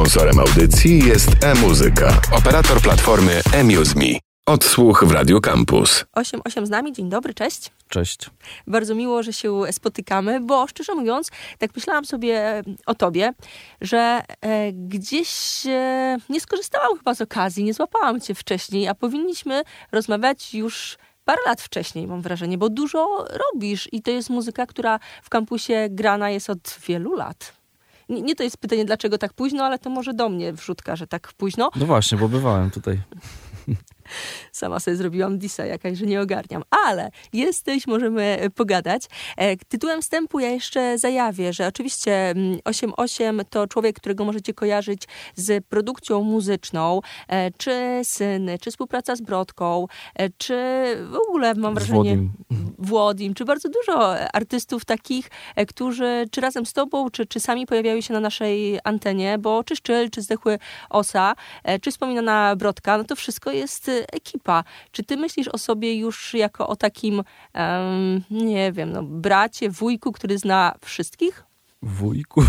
Sponsorem audycji jest e-muzyka, operator platformy eMuseMe. Odsłuch w Radio Campus. 88 z nami, dzień dobry, cześć. Cześć. Bardzo miło, że się spotykamy, bo szczerze mówiąc, tak myślałam sobie o tobie, że gdzieś nie skorzystałam chyba z okazji, nie złapałam cię wcześniej, a powinniśmy rozmawiać już parę lat wcześniej, mam wrażenie, bo dużo robisz i to jest muzyka, która w kampusie grana jest od wielu lat. Nie to jest pytanie, dlaczego tak późno, ale to może do mnie wrzutka, że tak późno. No właśnie, bo bywałem tutaj. Sama sobie zrobiłam disa jakaś, że nie ogarniam. Ale jesteś, możemy pogadać. Tytułem wstępu ja jeszcze zajawię, że oczywiście 88 to człowiek, którego możecie kojarzyć z produkcją muzyczną, czy Syn, czy współpraca z Brodką, czy w ogóle mam wrażenie Włodim, czy bardzo dużo artystów takich, którzy czy razem z tobą, czy sami pojawiały się na naszej antenie, bo czy Szczyl, czy Zdechły Osa, czy wspominana Brodka, no to wszystko jest ekipa. Czy ty myślisz o sobie już jako o takim, nie wiem, no, bracie, wujku, który zna wszystkich? Wujku?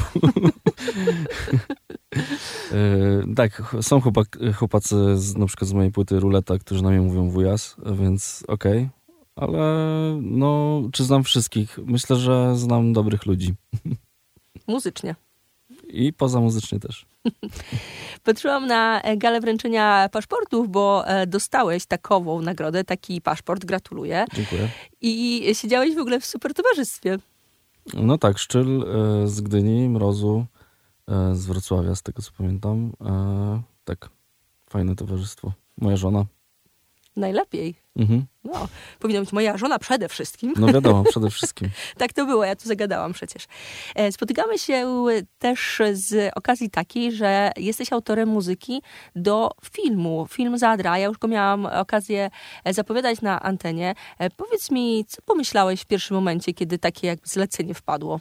Tak, są chłopacy na przykład z mojej płyty Ruleta, którzy na mnie mówią wujas, więc okej. Ale no, czy znam wszystkich? Myślę, że znam dobrych ludzi. Muzycznie. I pozamuzycznie też. Patrzyłam na galę wręczenia paszportów, bo dostałeś takową nagrodę, taki paszport, gratuluję. Dziękuję. I siedziałeś w ogóle w super towarzystwie. No tak, Szczyl z Gdyni, Mrozu, z Wrocławia, z tego co pamiętam. Tak, fajne towarzystwo. Moja żona. Najlepiej. Mhm. No, powinna być moja żona przede wszystkim. No wiadomo, przede wszystkim. Tak to było, ja tu zagadałam przecież. Spotykamy się też z okazji takiej, że jesteś autorem muzyki do filmu. Film Zadra. Ja już go miałam okazję zapowiadać na antenie. Powiedz mi, co pomyślałeś w pierwszym momencie, kiedy takie jakby zlecenie wpadło?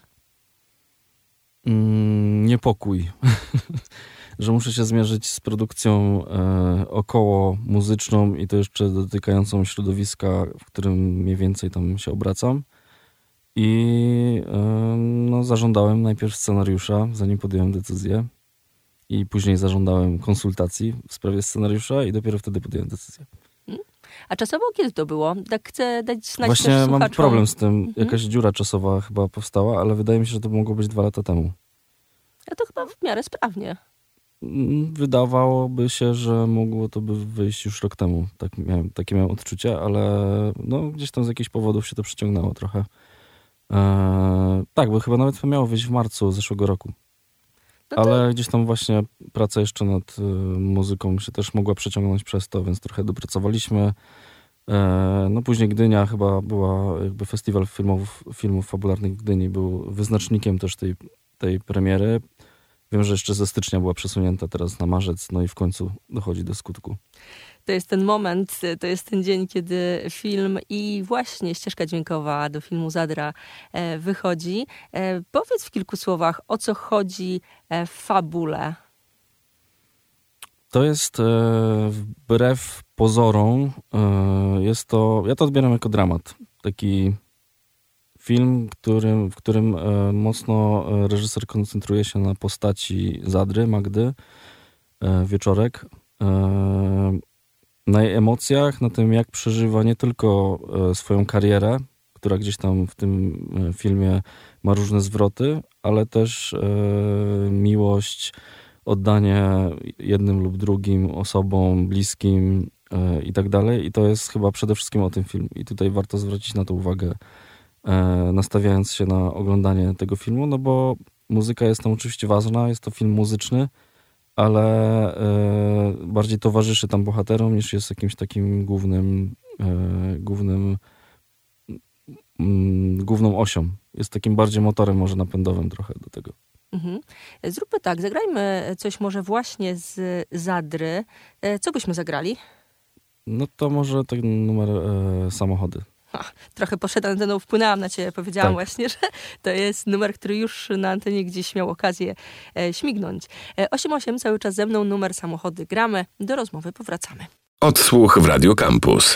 Niepokój. Że muszę się zmierzyć z produkcją około muzyczną i to jeszcze dotykającą środowiska, w którym mniej więcej tam się obracam. I no, zażądałem najpierw scenariusza, zanim podjąłem decyzję. I później zażądałem konsultacji w sprawie scenariusza i dopiero wtedy podjąłem decyzję. A czasowo kiedy to było? Tak chcę dać znać Właśnie też mam słuchaczom. problem z tym. Jakaś dziura czasowa chyba powstała, ale wydaje mi się, że to mogło być 2 lata temu. A to chyba w miarę sprawnie. Wydawałoby się, że mogło to by wyjść już rok temu. Takie miałem odczucie, ale no, gdzieś tam z jakichś powodów się to przeciągnęło trochę. Tak, bo chyba nawet miało wyjść w marcu zeszłego roku. No to... Ale gdzieś tam właśnie praca jeszcze nad muzyką się też mogła przeciągnąć przez to, więc trochę dopracowaliśmy. No później Gdynia chyba była, jakby festiwal filmów fabularnych w Gdyni był wyznacznikiem też tej premiery. Wiem, że jeszcze ze stycznia była przesunięta teraz na marzec, no i w końcu dochodzi do skutku. To jest ten moment, to jest ten dzień, kiedy film i właśnie ścieżka dźwiękowa do filmu Zadra wychodzi. Powiedz w kilku słowach, o co chodzi w fabule. To jest wbrew pozorom, ja to odbieram jako dramat. Taki film, w którym mocno reżyser koncentruje się na postaci Zadry, Magdy, Wieczorek. Na jej emocjach, na tym jak przeżywa nie tylko swoją karierę, która gdzieś tam w tym filmie ma różne zwroty, ale też miłość, oddanie jednym lub drugim osobom, bliskim i tak dalej. I to jest chyba przede wszystkim o tym film. I tutaj warto zwrócić na to uwagę, nastawiając się na oglądanie tego filmu, no bo muzyka jest tam oczywiście ważna, jest to film muzyczny, ale bardziej towarzyszy tam bohaterom niż jest jakimś takim główną osią. Jest takim bardziej motorem może napędowym trochę do tego. Mhm. Zróbmy tak, zagrajmy coś może właśnie z Zadry. Co byśmy zagrali? No to może ten numer Samochody. Trochę poszedłem anteną, wpłynęłam na ciebie, powiedziałam Tak. właśnie, że to jest numer, który już na antenie gdzieś miał okazję śmignąć. 88 cały czas ze mną, numer Samochody gramy, do rozmowy powracamy. Odsłuch w Radio Campus.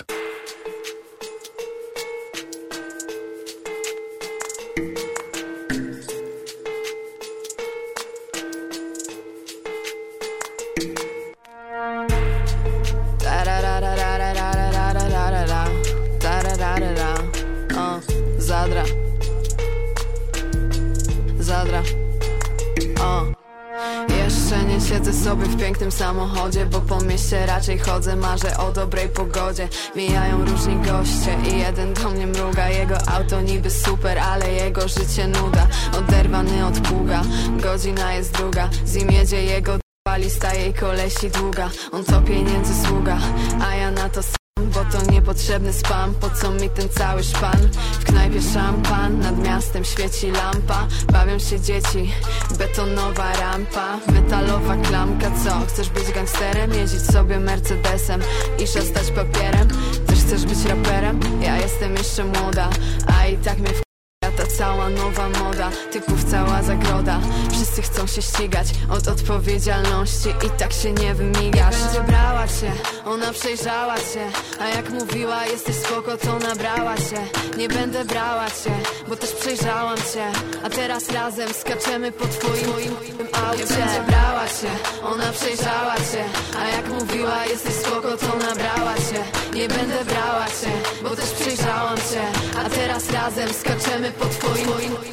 siedzę sobie w pięknym samochodzie, bo po mieście raczej chodzę, marzę o dobrej pogodzie. Mijają różni goście i jeden do mnie mruga. Jego auto niby super, ale jego życie nuda. Oderwany od pługa, godzina jest druga. Z nim jedzie jego lista jej kolesi długa. On to pieniędzy sługa, a ja na to bo to niepotrzebny spam. Po co mi ten cały szpan? W knajpie szampan, nad miastem świeci lampa. Bawią się dzieci, betonowa rampa, metalowa klamka. Co? Chcesz być gangsterem? Jeździć sobie Mercedesem i szastać papierem? Też chcesz być raperem? Ja jestem jeszcze młoda, a i tak mnie ta cała nowa moda, typów cała zagroda. Wszyscy chcą się ścigać od odpowiedzialności i tak się nie wymigasz. Nie będzie brała cię, ona przejrzała cię, a jak mówiła jesteś spoko, to nabrała się. Nie będę brała cię, bo też przejrzałam cię, a teraz razem skaczemy po twoim aucie. Nie będzie brała cię, ona przejrzała cię, a jak mówiła jesteś spoko, to nabrała się. Nie będę brała cię, bo też przejrzałam cię, a teraz razem skaczemy po twoim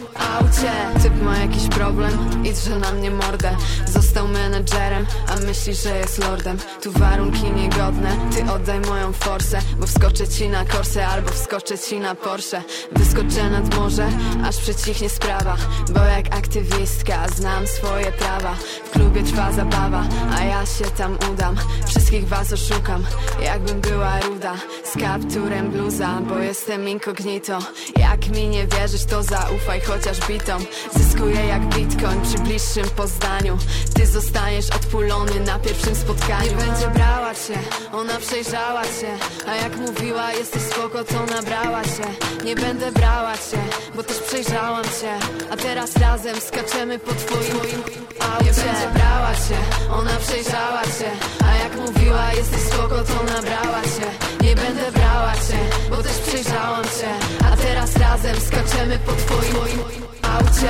aucie. Typ ma jakiś problem i drze na mnie mordę. Został menedżerem, a myśli, że jest lordem. Tu warunki niegodne, ty oddaj moją forsę, bo wskoczę ci na korsę albo wskoczę ci na Porsche. Wyskoczę nad morze, aż przycichnie sprawa, bo jak aktywistka znam swoje prawa. W klubie trwa zabawa, a ja się tam udam. Wszystkich was oszukam, jakbym była ruda. Z kapturem bluza, bo jestem incognito. Jak mi nie wierzysz, to zaufaj chociaż bitom. Zyskuję jak bitcoin przy bliższym poznaniu. Ty zostaniesz odpulony na pierwszym spotkaniu. Nie będzie brała cię, ona przejrzała cię, a jak mówiła jesteś spoko, to nabrała się. Nie będę brała cię, bo też przejrzałam cię, a teraz razem skaczemy po twoim aucie. Nie będzie brała cię, ona przejrzała cię, a jak mówiła jesteś spoko, to nabrała się. Nie będę brała cię, bo też przejrzałam cię, a teraz razem skaczemy po twoim aucie.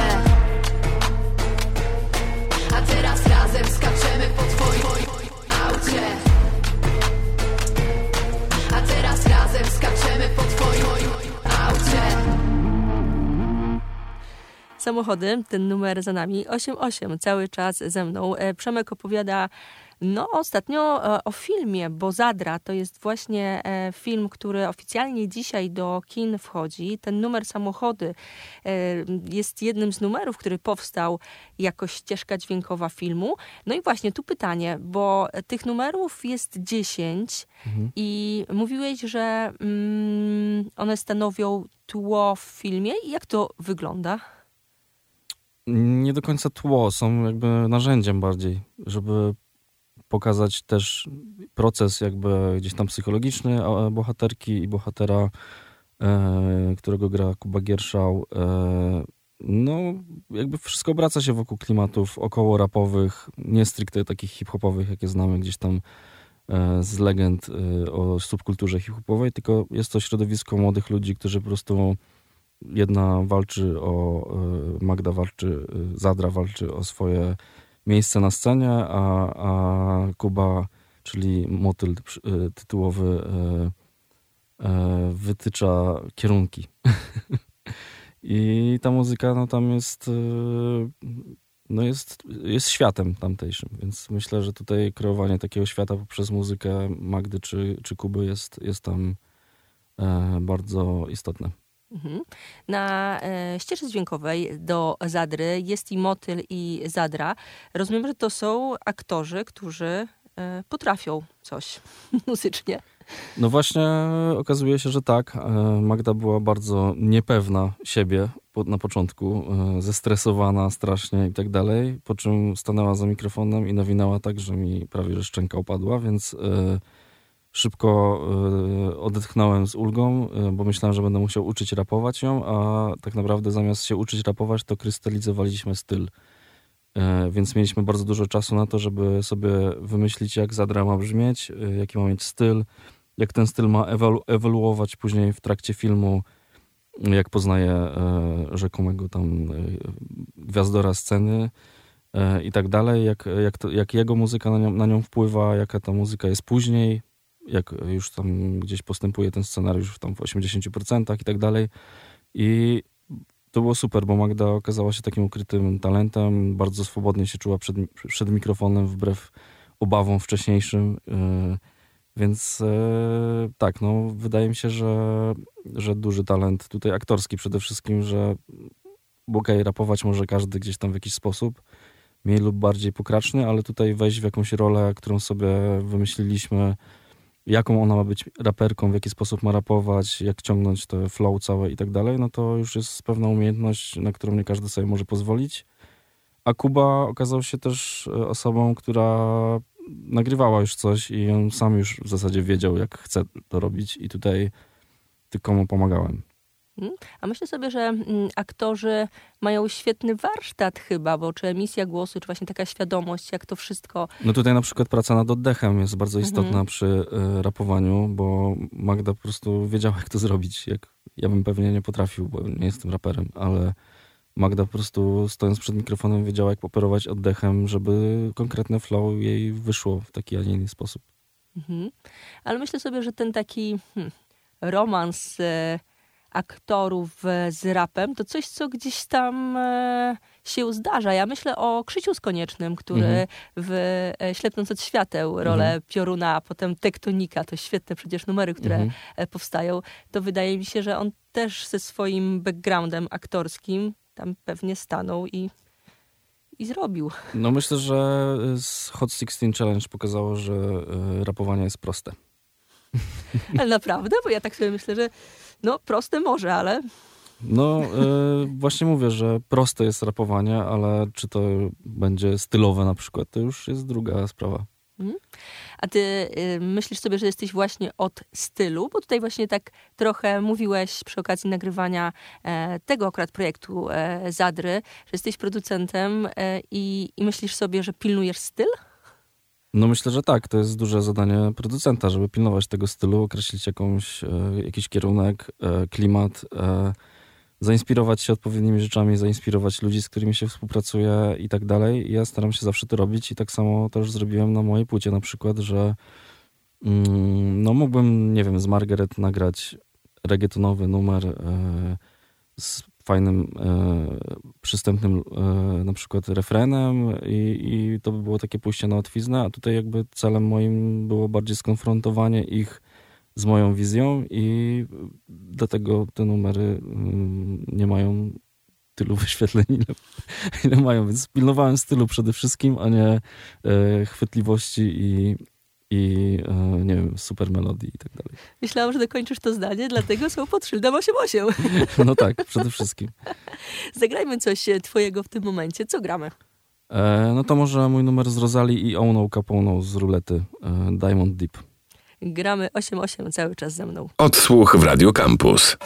A teraz razem skaczemy po twoim aucie. A teraz razem skaczemy po twoim aucie. Samochody, ten numer za nami, 88, cały czas ze mną. Przemek opowiada ostatnio o filmie, bo Zadra to jest właśnie film, który oficjalnie dzisiaj do kin wchodzi. Ten numer Samochody jest jednym z numerów, który powstał jako ścieżka dźwiękowa filmu. No i właśnie tu pytanie, bo tych numerów jest 10 i mówiłeś, że one stanowią tło w filmie. I jak to wygląda? Nie do końca tło, są jakby narzędziem bardziej, żeby pokazać też proces jakby gdzieś tam psychologiczny bohaterki i bohatera, którego gra Kuba Gierszał. Jakby wszystko obraca się wokół klimatów około rapowych, nie stricte takich hip-hopowych, jakie znamy gdzieś tam z legend o subkulturze hip-hopowej, tylko jest to środowisko młodych ludzi, którzy po prostu jedna walczy Zadra walczy o swoje miejsce na scenie, a Kuba, czyli motyl tytułowy, wytycza kierunki. I ta muzyka tam jest światem tamtejszym, więc myślę, że tutaj kreowanie takiego świata poprzez muzykę Magdy czy Kuby jest tam bardzo istotne. Na ścieżce dźwiękowej do Zadry jest i motyl, i Zadra. Rozumiem, że to są aktorzy, którzy potrafią coś muzycznie. No właśnie okazuje się, że tak. Magda była bardzo niepewna siebie na początku, zestresowana strasznie i tak dalej, po czym stanęła za mikrofonem i nawinęła tak, że mi prawie że szczęka opadła, więc szybko odetchnąłem z ulgą, bo myślałem, że będę musiał uczyć rapować ją, a tak naprawdę zamiast się uczyć rapować, to krystalizowaliśmy styl. Więc mieliśmy bardzo dużo czasu na to, żeby sobie wymyślić, jak Zadra ma brzmieć, jaki ma mieć styl, jak ten styl ma ewoluować później w trakcie filmu, jak poznaje rzekomego tam gwiazdora sceny i tak dalej, jak jego muzyka na nią wpływa, jaka ta muzyka jest później, jak już tam gdzieś postępuje ten scenariusz tam w 80% i tak dalej. I To było super, bo Magda okazała się takim ukrytym talentem, bardzo swobodnie się czuła przed mikrofonem, wbrew obawom wcześniejszym. Więc tak, no wydaje mi się, że duży talent tutaj aktorski przede wszystkim, że okej, rapować może każdy gdzieś tam w jakiś sposób, mniej lub bardziej pokraczny, ale tutaj wejść w jakąś rolę, którą sobie wymyśliliśmy, jaką ona ma być raperką, w jaki sposób ma rapować, jak ciągnąć te flow całe i tak dalej, no to już jest pewna umiejętność, na którą nie każdy sobie może pozwolić. A Kuba okazał się też osobą, która nagrywała już coś i on sam już w zasadzie wiedział, jak chce to robić i tutaj tylko mu pomagałem. A myślę sobie, że aktorzy mają świetny warsztat chyba, bo czy emisja głosu, czy właśnie taka świadomość, jak to wszystko... No tutaj na przykład praca nad oddechem jest bardzo istotna przy rapowaniu, bo Magda po prostu wiedziała, jak to zrobić. Ja bym pewnie nie potrafił, bo nie jestem raperem, ale Magda po prostu stojąc przed mikrofonem wiedziała, jak operować oddechem, żeby konkretne flow jej wyszło w taki, a nie inny sposób. Ale myślę sobie, że ten taki romans aktorów z rapem, to coś, co gdzieś tam się zdarza. Ja myślę o Krzysiu Skoniecznym, który w Ślepnąc od świateł rolę Pioruna, a potem Tektonika, to świetne przecież numery, które powstają, to wydaje mi się, że on też ze swoim backgroundem aktorskim tam pewnie stanął i zrobił. No myślę, że Hot 16 Challenge pokazało, że rapowanie jest proste. Ale naprawdę? Bo ja tak sobie myślę, że no proste może, ale... No właśnie mówię, że proste jest rapowanie, ale czy to będzie stylowe na przykład, to już jest druga sprawa. A ty myślisz sobie, że jesteś właśnie od stylu? Bo tutaj właśnie tak trochę mówiłeś przy okazji nagrywania tego akurat projektu Zadry, że jesteś producentem i myślisz sobie, że pilnujesz styl? No myślę, że tak. To jest duże zadanie producenta, żeby pilnować tego stylu, określić jakiś kierunek, klimat, zainspirować się odpowiednimi rzeczami, zainspirować ludzi, z którymi się współpracuje i tak dalej. I ja staram się zawsze to robić i tak samo też zrobiłem na mojej płycie na przykład, że no mógłbym, nie wiem, z Margaret nagrać reggaetonowy numer z fajnym, przystępnym na przykład refrenem i to by było takie pójście na łatwiznę, a tutaj jakby celem moim było bardziej skonfrontowanie ich z moją wizją i dlatego te numery nie mają tylu wyświetleń, ile mają, więc pilnowałem stylu przede wszystkim, a nie chwytliwości i nie wiem, super melodii i tak dalej. Myślałam, że dokończysz to zdanie, dlatego są pod szyldem 88. No tak, przede wszystkim. Zagrajmy coś twojego w tym momencie. Co gramy? No to może mój numer z Rosalii i Oną Caponą z Rulety, Diamond Deep. Gramy 88 cały czas ze mną. Odsłuch w Radio Campus.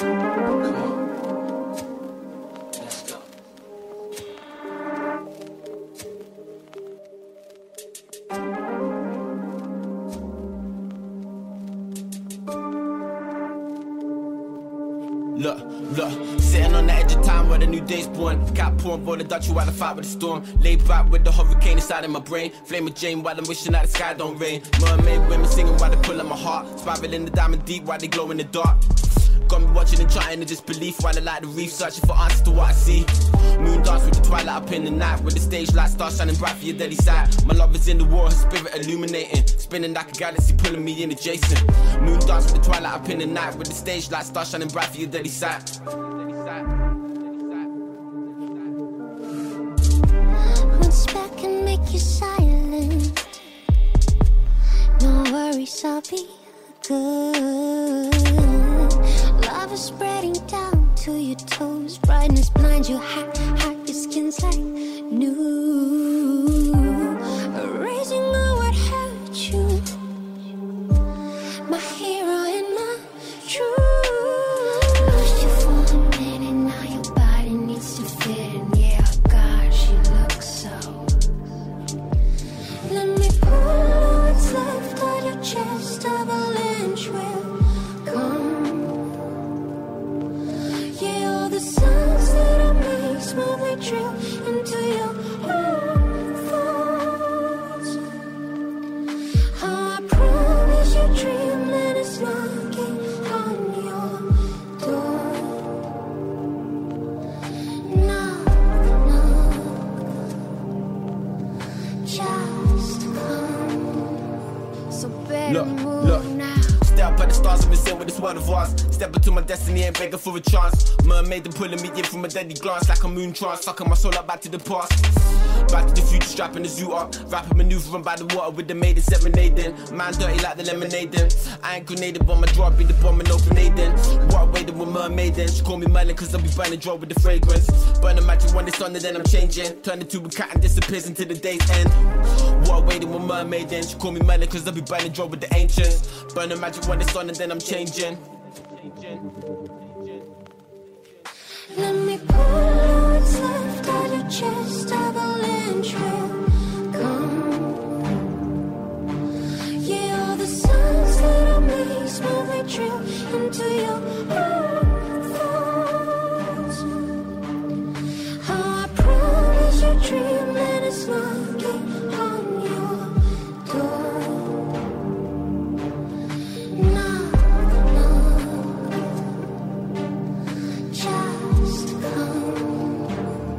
Look, sitting on the edge of time where the new day's born. Cat porn, boy, the Dutch while I fight with the storm. Lay back with the hurricane inside of my brain. Flame of Jane while I'm wishing that the sky don't rain. Mermaid women singing while they pull at my heart. Spiraling the diamond deep while they glow in the dark. Got me watching and trying to disbelief while I light the reef, searching for answers to what I see. Moon dance with the twilight up in the night, with the stage lights start shining bright for your deadly sight. My love is in the war, her spirit illuminating, spinning like a galaxy, pulling me in adjacent. Moon dance with the twilight up in the night, with the stage lights start shining bright for your deadly sight. Once back and make you silent. No worries, I'll be good. Love is spreading down to your toes. Brightness blinds your heart, your skin's like new. Erasing all what hurt you. My hero and my truth. Lost you for a minute, now your body needs to fit in. Yeah, gosh, you look so. Let me pull what's left on your chest. Avalanche will come. Yeah, all the sounds that I make smoothly drill into your heart. better move now. Step at the stars, I'm insane with this world of ours. Step into my destiny and begging for a chance. Mermaid and pulling me in from a deadly glance, like a moon trance, sucking my soul up back to the past. Back to the future, strapping the zoo up. Rapid maneuvering by the water with the maiden serenading. Man dirty like the lemonade. I ain't grenaded, but my draw be the bomb and no grenading. What I waited with mermaiden. She call me Merlin cause I'll be burning draw with the fragrance. Burning magic when it's on and then I'm changing. Turn into a cat and disappears into the day's end. What I waited with mermaiden. She call me Merlin cause I'll be burning draw with the ancients. Burning magic when it's on and then I'm changing. Let me pull what's left of your chest, of the land trail. Come, yeah, all the signs that I made smoothly trail into your thoughts. How I promise you dream and it's knocking on your door. Knock, knock, just come.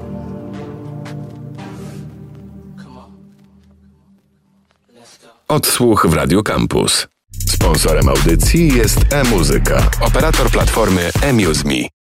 Odsłuch w Radio Campus. Sponsorem audycji jest e-muzyka, operator platformy eMuseMe.